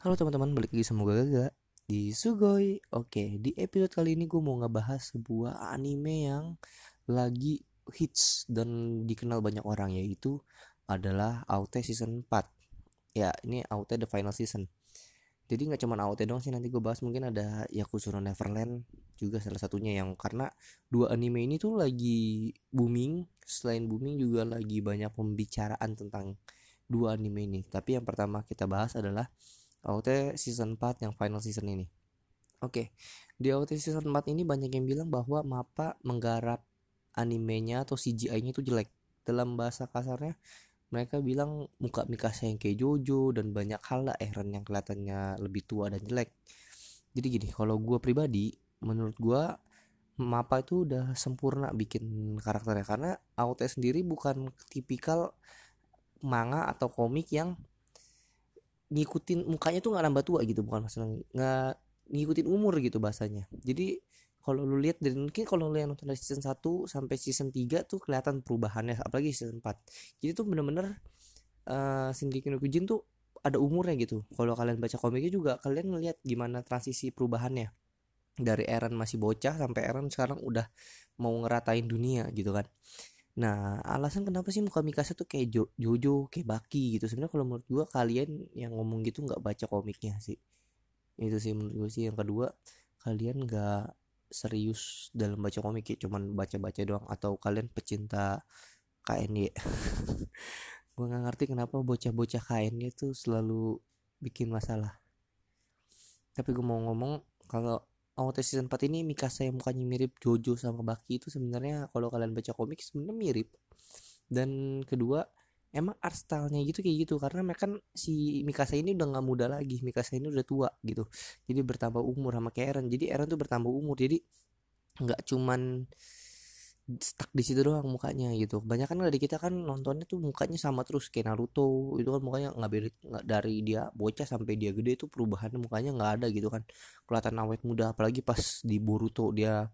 Halo teman-teman, balik lagi sama gue Gaga di Sugoi. Oke, di episode kali ini gue mau ngebahas sebuah anime yang lagi hits dan dikenal banyak orang, yaitu adalah AOT Season 4. Ya, ini AOT The Final Season. Jadi nggak cuma AOT dong sih, nanti gue bahas mungkin ada Yakuza no Neverland juga salah satunya, yang karena dua anime ini tuh lagi booming. Selain booming juga lagi banyak pembicaraan tentang dua anime ini. Tapi yang pertama kita bahas adalah AOT Season 4 yang final season ini. Oke, di AOT Season 4 ini banyak yang bilang bahwa MAPPA menggarap animenya atau CGI-nya itu jelek. Dalam bahasa kasarnya, mereka bilang muka Mikasa yang kayak Jojo dan banyak hal lah, Eren yang kelihatannya lebih tua dan jelek. Jadi gini, kalau gue pribadi, menurut gue MAPPA itu udah sempurna bikin karakternya, karena AOT sendiri bukan tipikal manga atau komik yang ngikutin mukanya tuh nggak nambah tua gitu, bukan masalah nggak ngikutin umur gitu bahasanya. Jadi kalau lu lihat, dan mungkin kalau lu yang nonton dari season 1 sampai season 3 tuh kelihatan perubahannya, apalagi season 4. Jadi tuh bener-bener Shingeki no Kyojin tuh ada umurnya gitu. Kalau kalian baca komiknya juga kalian ngelihat gimana transisi perubahannya dari Eren masih bocah sampai Eren sekarang udah mau ngeratain dunia gitu kan. Nah, alasan kenapa sih muka Mikasa tuh kayak Jojo, kayak Baki gitu. Sebenarnya kalau menurut gua kalian yang ngomong gitu nggak baca komiknya sih. Itu sih menurut gue sih. Yang kedua, kalian nggak serius dalam baca komik ya, cuman baca-baca doang, atau kalian pecinta KNY. Gue nggak ngerti kenapa bocah-bocah KNY tuh selalu bikin masalah. Tapi gue mau ngomong, kalau AOT Season 4 ini Mikasa yang mukanya mirip Jojo sama Baki itu sebenarnya kalau kalian baca komik sebenarnya mirip. Dan kedua, emang art stylenya gitu kayak gitu, karena mereka kan si Mikasa ini udah nggak muda lagi, Mikasa ini udah tua gitu, jadi bertambah umur sama kayak Eren. Jadi Eren tuh bertambah umur, jadi nggak cuman stuck di situ doang mukanya gitu. Banyak kan dari kita kan nontonnya tuh mukanya sama terus kayak Naruto, itu kan mukanya nggak beda, nggak dari dia bocah sampai dia gede itu perubahannya mukanya nggak ada gitu kan, kelihatan awet muda. Apalagi pas di Boruto dia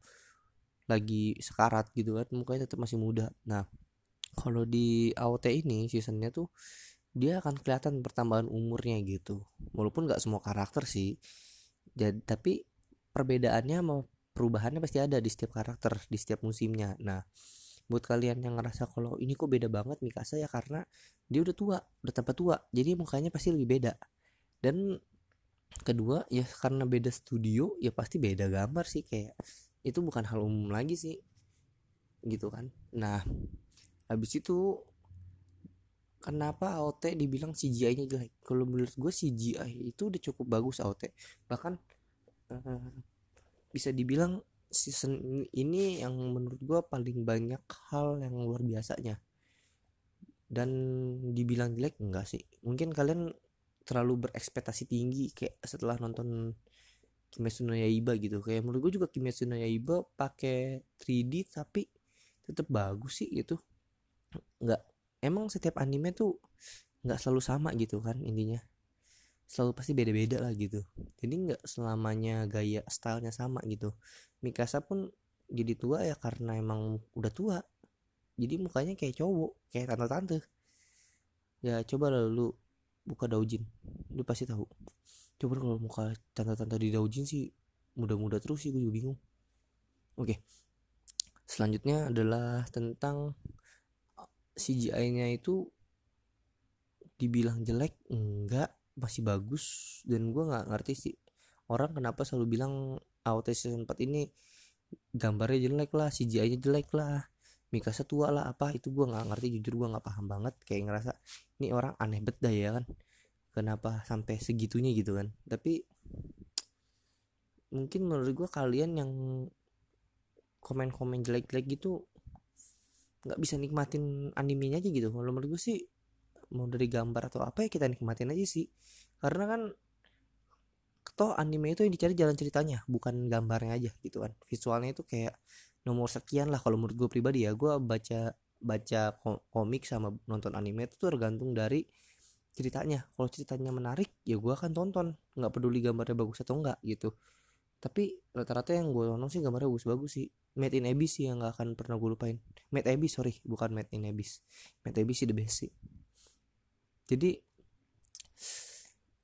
lagi sekarat gitu kan, mukanya tetap masih muda. Nah, kalau di AOT ini seasonnya tuh dia akan kelihatan pertambahan umurnya gitu, walaupun nggak semua karakter sih. Jadi tapi perbedaannya mau perubahannya pasti ada di setiap karakter di setiap musimnya. Nah, buat kalian yang ngerasa kalau ini kok beda banget Mikasa, ya karena dia udah tua, udah tambah tua, jadi mukanya pasti lebih beda. Dan kedua ya karena beda studio, ya pasti beda gambar sih, kayak itu bukan hal umum lagi sih gitu kan. Nah, habis itu kenapa AOT dibilang CGI-nya jelek? Kalau menurut gue CGI itu udah cukup bagus AOT. Bahkan eh, bisa dibilang season ini yang menurut gue paling banyak hal yang luar biasanya. Dan dibilang jelek enggak sih. Mungkin kalian terlalu berekspektasi tinggi kayak setelah nonton Kimetsu no Yaiba gitu. Kayak menurut gue juga Kimetsu no Yaiba pakai 3D tapi tetap bagus sih gitu. Enggak, emang setiap anime tuh nggak selalu sama gitu kan, intinya selalu pasti beda-beda lah gitu. Jadi nggak selamanya gaya stylenya sama gitu. Mikasa pun jadi tua ya karena emang udah tua, jadi mukanya kayak cowok, kayak tante-tante. Ya coba lah lu buka Daujin, lu pasti tahu. Coba kalau muka tante-tante di Daujin sih muda-muda terus sih, gue juga bingung. Oke, selanjutnya adalah tentang CGI-nya itu dibilang jelek enggak, masih bagus. Dan gue nggak ngerti sih orang kenapa selalu bilang AOT season 4 ini gambarnya jelek lah, CGI-nya jelek lah, Mikasa tua lah, apa itu gue nggak ngerti, jujur gue nggak paham banget. Kayak ngerasa ini orang aneh bet dah ya kan, kenapa sampai segitunya gitu kan. Tapi mungkin menurut gue kalian yang komen-komen jelek-jelek gitu nggak bisa nikmatin animenya aja gitu. Kalau menurut gue sih, mau dari gambar atau apa ya kita nikmatin aja sih, karena kan toh anime itu yang dicari jalan ceritanya, bukan gambarnya aja gitu kan. Visualnya itu kayak nomor sekian lah kalau menurut gue pribadi ya. Gue baca baca komik sama nonton anime itu tuh tergantung dari ceritanya. Kalau ceritanya menarik ya gue akan tonton, nggak peduli gambarnya bagus atau enggak gitu. Tapi rata-rata yang gue nonton sih gambarnya bagus-bagus sih. Made in Abyss sih yang nggak akan pernah gue lupain. Made Abyss, sorry, bukan Made in Abyss. Made Abyss sih the best sih. Jadi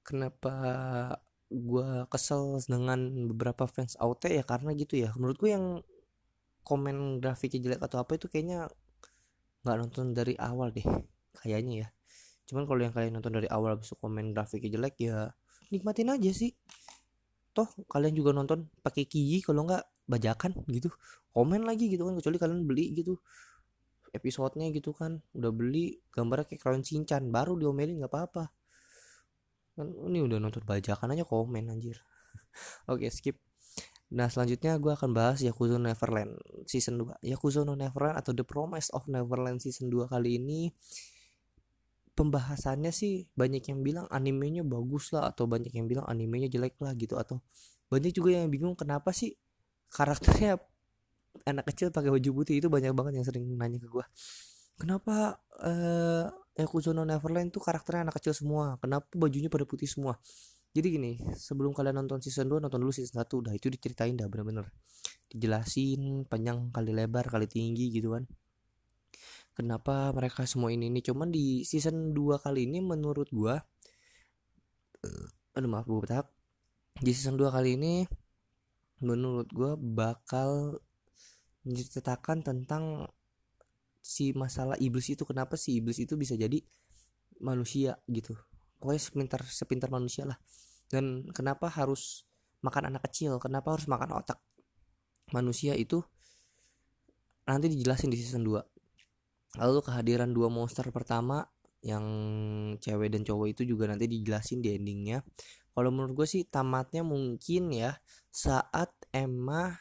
kenapa gue kesel dengan beberapa fans AOT ya karena gitu ya, menurut gue yang komen grafiknya jelek atau apa itu kayaknya nggak nonton dari awal deh kayaknya ya. Cuman kalau yang kalian nonton dari awal habis komen grafiknya jelek ya nikmatin aja sih, toh kalian juga nonton pakai kiji kalau nggak bajakan gitu, komen lagi gitu kan, kecuali kalian beli gitu episodenya gitu kan, udah beli gambarnya kayak Crayon Shinchan baru diomelin nggak apa-apa kan, ini udah nonton bajakan aja komen anjir. Oke, skip. Nah, selanjutnya gue akan bahas Yakuza no Neverland season 2. Yakuza no Neverland atau The Promise of Neverland season 2 kali ini pembahasannya sih banyak yang bilang animenya bagus lah, atau banyak yang bilang animenya jelek lah gitu, atau banyak juga yang bingung kenapa sih karakternya anak kecil pakai baju putih. Itu banyak banget yang sering nanya ke gue, kenapa Yakuza no Neverland tuh karakternya anak kecil semua, kenapa bajunya pada putih semua. Jadi gini, sebelum kalian nonton season 2 nonton dulu season 1, udah itu diceritain dah bener-bener dijelasin panjang kali lebar kali tinggi gitu kan, kenapa mereka semua ini cuman di season 2 kali ini menurut gua, aduh maaf gue bertahap, di season 2 kali ini menurut gua bakal menceritakan tentang si masalah iblis itu, kenapa si iblis itu bisa jadi manusia gitu, pokoknya sepintar manusia lah, dan kenapa harus makan anak kecil, kenapa harus makan otak manusia itu nanti dijelasin di season 2. Lalu kehadiran dua monster pertama yang cewek dan cowok itu juga nanti dijelasin di endingnya. Kalau menurut gue sih tamatnya mungkin ya saat Emma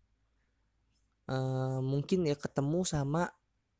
mungkin ya ketemu sama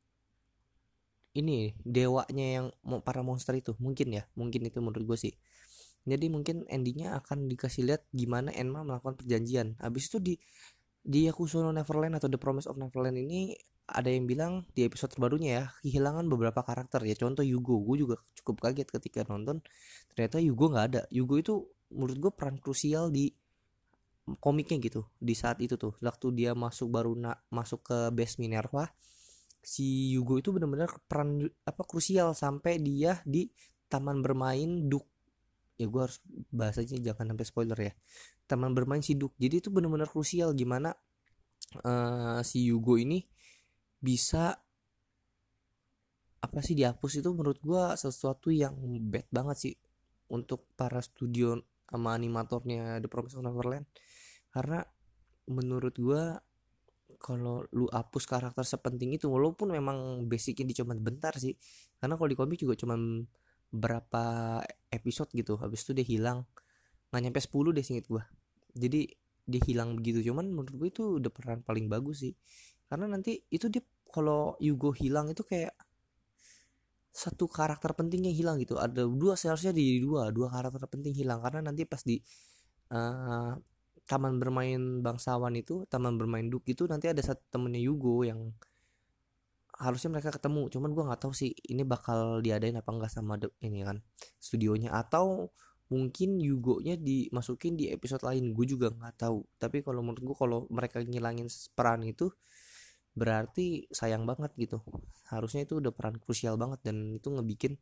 ini dewanya yang para monster itu, mungkin ya, mungkin itu menurut gue sih. Jadi mungkin endingnya akan dikasih lihat gimana Emma melakukan perjanjian. Habis itu di Yakuza no Neverland atau The Promise of Neverland ini ada yang bilang di episode terbarunya ya kehilangan beberapa karakter ya, contoh Yugo. Gue juga cukup kaget ketika nonton ternyata Yugo nggak ada. Yugo itu menurut gue peran krusial di komiknya gitu di saat itu tuh, waktu dia masuk baru masuk ke base Minerva, si Yugo itu benar-benar peran apa krusial sampai dia di taman bermain Duk. Ya gue harus bahasanya jangan sampai spoiler ya, taman bermain si Duk. Jadi itu benar-benar krusial gimana si Yugo ini bisa apa sih dihapus. Itu menurut gua sesuatu yang bad banget sih untuk para studio sama animatornya The Promised Neverland, karena menurut gua kalau lu hapus karakter sepenting itu, walaupun memang basicnya di cuma bentar sih, karena kalau di komik juga cuma berapa episode gitu, habis itu dia hilang, nggak nyampe 10 deh singkat gua. Jadi dia hilang begitu, cuman menurut gue itu udah peran paling bagus sih, karena nanti itu dia kalau Yugo hilang itu kayak satu karakter pentingnya hilang gitu, ada dua, seharusnya di dua karakter penting hilang, karena nanti pas di uh, taman bermain bangsawan itu, taman bermain Duk itu, nanti ada satu temennya Yugo yang harusnya mereka ketemu, cuman gue nggak tahu sih ini bakal diadain apa enggak sama ini kan studionya, atau mungkin Yugo-nya dimasukin di episode lain, gue juga nggak tahu. Tapi kalau menurut gue kalau mereka ngilangin peran itu berarti sayang banget gitu, harusnya itu udah peran krusial banget dan itu ngebikin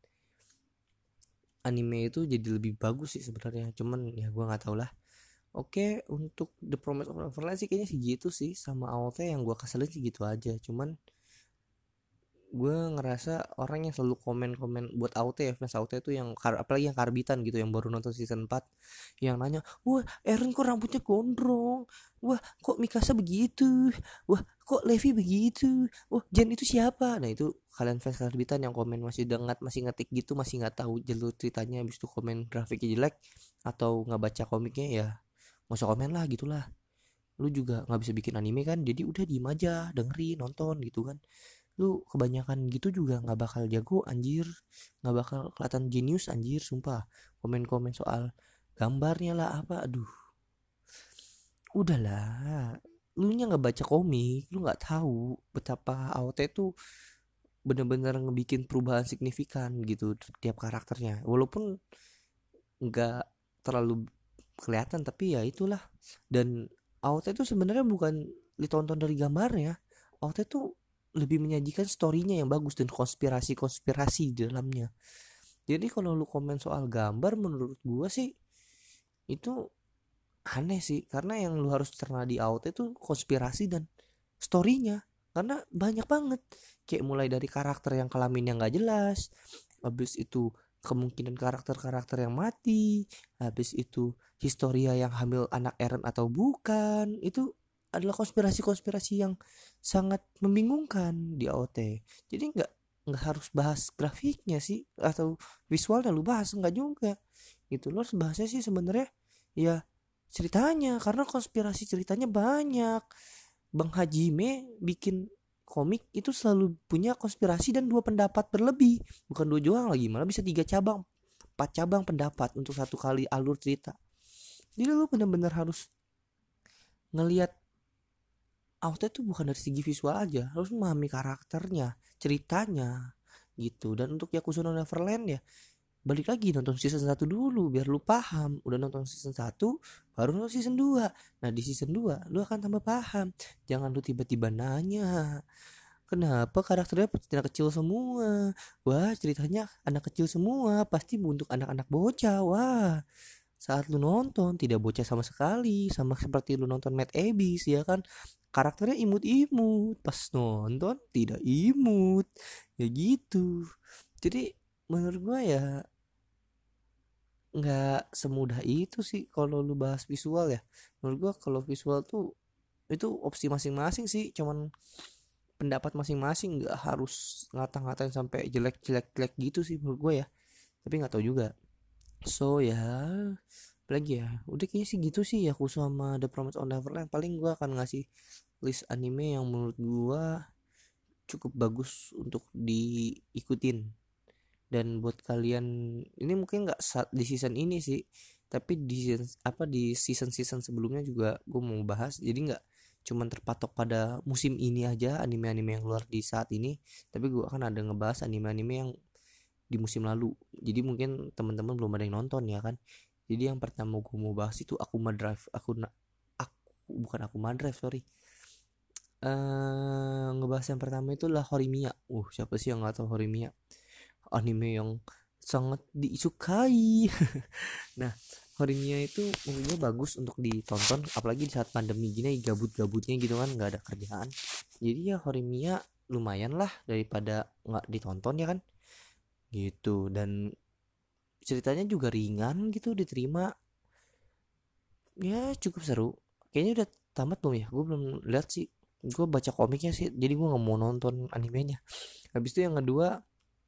anime itu jadi lebih bagus sih sebenarnya, cuman ya gue nggak tahu lah. Oke, untuk The Promise of Neverland sih kayaknya segitu sih, sama AOT yang gue keselin sih gitu aja. Cuman gue ngerasa orang yang selalu komen-komen buat AOT ya, fans AOT itu yang apalagi yang karbitan gitu yang baru nonton season 4, yang nanya, wah Eren kok rambutnya gondrong, wah kok Mikasa begitu, wah kok Levi begitu, wah Jen itu siapa. Nah itu kalian fans karbitan yang komen masih dengat, masih ngetik gitu, masih nggak tahu jalur ceritanya, habis itu komen grafiknya jelek atau nggak baca komiknya, ya nggak usah komen lah gitulah. Lu juga nggak bisa bikin anime kan, jadi udah diem aja dengerin nonton gitu kan. Lu kebanyakan gitu juga nggak bakal jago anjir, nggak bakal kelihatan jenius anjir sumpah. Komen-komen soal gambarnya lah apa, aduh udahlah, lu nya nggak baca komik, lu nggak tahu betapa AOT itu bener-bener ngebikin perubahan signifikan gitu tiap karakternya, walaupun nggak terlalu kelihatan tapi ya itulah. Dan AOT itu sebenarnya bukan ditonton dari gambarnya, AOT itu lebih menyajikan storynya yang bagus dan konspirasi-konspirasi di dalamnya. Jadi kalau lu komen soal gambar, menurut gua sih itu aneh sih, karena yang lu harus cerna di AOT itu konspirasi dan storynya, karena banyak banget, kayak mulai dari karakter yang kelaminnya nggak jelas, habis itu kemungkinan karakter-karakter yang mati, habis itu Historia yang hamil anak Eren atau bukan, itu adalah konspirasi-konspirasi yang sangat membingungkan di AOT. Jadi nggak harus bahas grafiknya sih atau visualnya lu bahas, nggak juga gitu. Lo harus bahasnya sih sebenarnya ya ceritanya, karena konspirasi ceritanya banyak. Bang Hajime bikin komik itu selalu punya konspirasi dan dua pendapat berlebih, bukan dua doang lagi, malah bisa 3 cabang 4 cabang pendapat untuk satu kali alur cerita. Jadi lu bener-bener harus ngelihat auto itu bukan dari segi visual aja, harus memahami karakternya, ceritanya gitu. Dan untuk Yakuza no Neverland ya balik lagi nonton season 1 dulu biar lu paham. Udah nonton season 1 baru nonton season 2. Nah di season 2 lu akan tambah paham. Jangan lu tiba-tiba nanya kenapa karakternya anak kecil semua. Wah ceritanya anak kecil semua, pasti untuk anak-anak bocah. Wah saat lu nonton tidak bocah sama sekali, sama seperti lu nonton Mad Abyss ya kan, karakternya imut-imut, pas nonton tidak imut ya gitu. Jadi menurut gua ya nggak semudah itu sih kalau lu bahas visual ya. Menurut gua kalau visual tuh itu opsi masing-masing sih, cuman pendapat masing-masing, nggak harus ngata-ngatain sampai jelek-jelek gitu sih menurut gua ya. Tapi nggak tahu juga. So ya lagi ya udah kayaknya sih gitu sih ya, aku sama The Promise of Neverland. Paling gua akan ngasih list anime yang menurut gua cukup bagus untuk diikutin. Dan buat kalian ini mungkin nggak di season ini sih, tapi di season season sebelumnya juga gue mau bahas. Jadi nggak cuman terpatok pada musim ini aja anime-anime yang keluar di saat ini, tapi gue akan ada ngebahas anime-anime yang di musim lalu. Jadi mungkin teman-teman belum ada yang nonton ya kan. Jadi yang pertama gue mau bahas itu Akuma Drive. Aku bukan Akuma Drive, sorry. Ngebahas yang pertama itu lah Horimiya. Siapa sih yang nggak tahu Horimiya? Anime yang sangat disukai. Nah, Horimiya itu menurutnya bagus untuk ditonton, apalagi di saat pandemi gini gabut-gabutnya gitu kan, nggak ada kerjaan. Jadi ya Horimiya lumayan lah daripada nggak ditonton ya kan, gitu. Dan ceritanya juga ringan gitu, diterima, ya cukup seru. Kayaknya udah tamat belum ya? Gue belum lihat sih. Gue baca komiknya sih, jadi gue nggak mau nonton animenya. Habis itu yang kedua,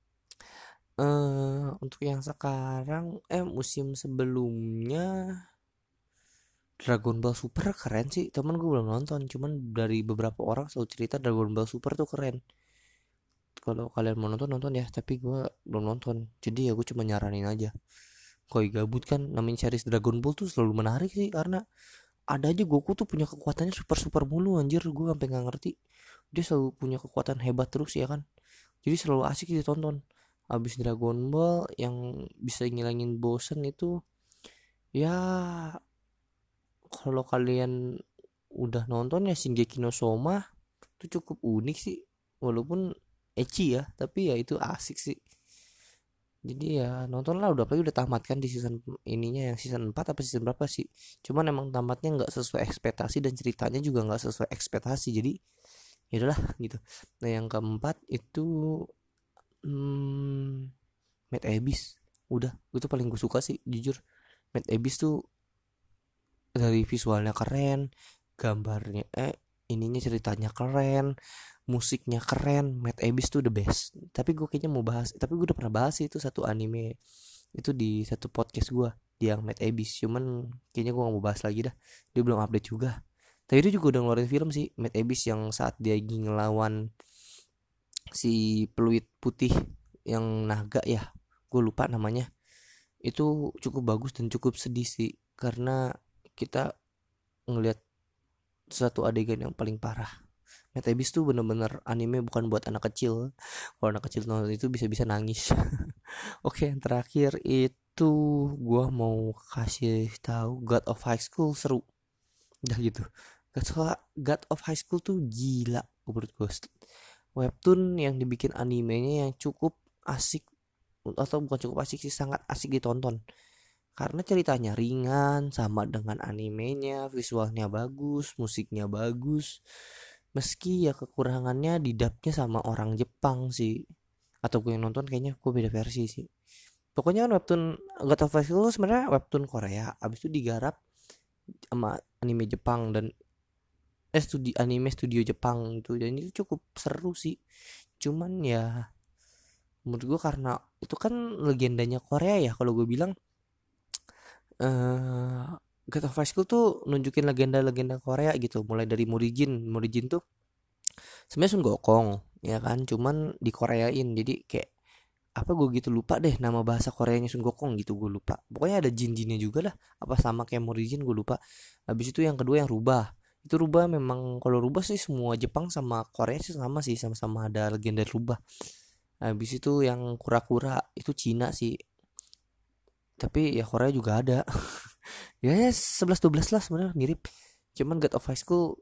untuk yang sekarang musim sebelumnya Dragon Ball Super keren sih, temen gue belum nonton, cuman dari beberapa orang selalu cerita Dragon Ball Super tuh keren. Kalau kalian mau nonton nonton ya, tapi gue belum nonton, jadi ya gue cuma nyaranin aja. Koi gabut kan, namanya series Dragon Ball tuh selalu menarik sih, karena ada aja Goku tuh punya kekuatannya super super mulu, anjir gue sampai nggak ngerti. Dia selalu punya kekuatan hebat terus ya kan, jadi selalu asik ditonton. Habis Dragon Ball yang bisa ngilangin bosen itu ya, kalau kalian udah nonton ya Shingeki no Soma, itu cukup unik sih, walaupun ecchi ya, tapi ya itu asik sih. Jadi ya nontonlah, udah apalagi udah tamat kan di season ininya, yang season 4 apa season berapa sih. Cuman emang tamatnya nggak sesuai ekspektasi dan ceritanya juga nggak sesuai ekspektasi, jadi ya udahlah gitu. Nah yang keempat itu hmm, Mad Abyss. Udah itu paling gue suka sih jujur. Mad Abyss tuh dari visualnya keren, gambarnya ininya ceritanya keren, musiknya keren. Mad Abyss tuh the best. Tapi gue kayaknya mau bahas, tapi gue udah pernah bahas sih itu satu anime itu di satu podcast gue, yang Mad Abyss. Cuman kayaknya gue gak mau bahas lagi dah, dia belum update juga. Tapi itu juga udah ngeluarin film sih, Mad Abyss, yang saat dia lagi ngelawan si peluit putih yang naga ya, gue lupa namanya. Itu cukup bagus dan cukup sedih sih, karena kita ngelihat satu adegan yang paling parah. Mad Abyss tuh bener-bener anime bukan buat anak kecil. Kalau anak kecil nonton itu bisa-bisa nangis. Oke, yang terakhir itu gua mau kasih tahu God of High School seru. Udah gitu. God of High School tuh gila menurut gue. Webtoon yang dibikin animenya yang cukup asik atau bukan cukup asik sih, sangat asik ditonton karena ceritanya ringan, sama dengan animenya, visualnya bagus, musiknya bagus. Meski ya kekurangannya di dubnya sama orang Jepang sih. Atau gue yang nonton kayaknya gue beda versi sih. Pokoknya kan webtoon God of High School itu sebenarnya webtoon Korea, abis itu digarap sama anime Jepang dan anime studio Jepang gitu. Dan itu cukup seru sih. Cuman ya menurut gue karena itu kan legendanya Korea ya, kalau gue bilang eh God of High School tuh nunjukin legenda-legenda Korea gitu, mulai dari Murijin. Murijin tuh sebenarnya Sun Gokong ya kan, cuman di Koreain jadi kayak apa, gue gitu lupa deh nama bahasa Koreanya Sun Gokong gitu, gue lupa. Pokoknya ada jin-jinnya juga lah, apa sama kayak Murijin gue lupa. Habis itu yang kedua yang rubah, itu rubah memang kalau rubah sih semua Jepang sama Korea sih sama sih, sama-sama ada legenda rubah. Habis itu yang kura-kura itu Cina sih, tapi ya Korea juga ada. Ya 11-12 lah sebenarnya mirip. Cuman God of High School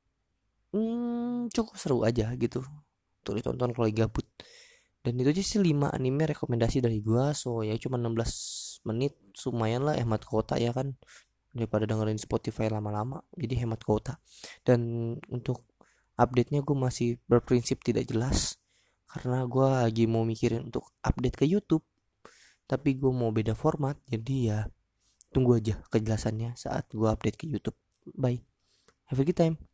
cukup seru aja gitu untuk ditonton kalau lagi gabut. Dan itu aja sih 5 anime rekomendasi dari gua. So ya cuma 16 menit, lumayan lah hemat kota ya kan, daripada dengerin Spotify lama-lama, jadi hemat kota. Dan untuk update-nya gue masih berprinsip tidak jelas karena gua lagi mau mikirin untuk update ke YouTube, tapi gue mau beda format. Jadi ya tunggu aja kejelasannya saat gua update ke YouTube. Bye, have a good time.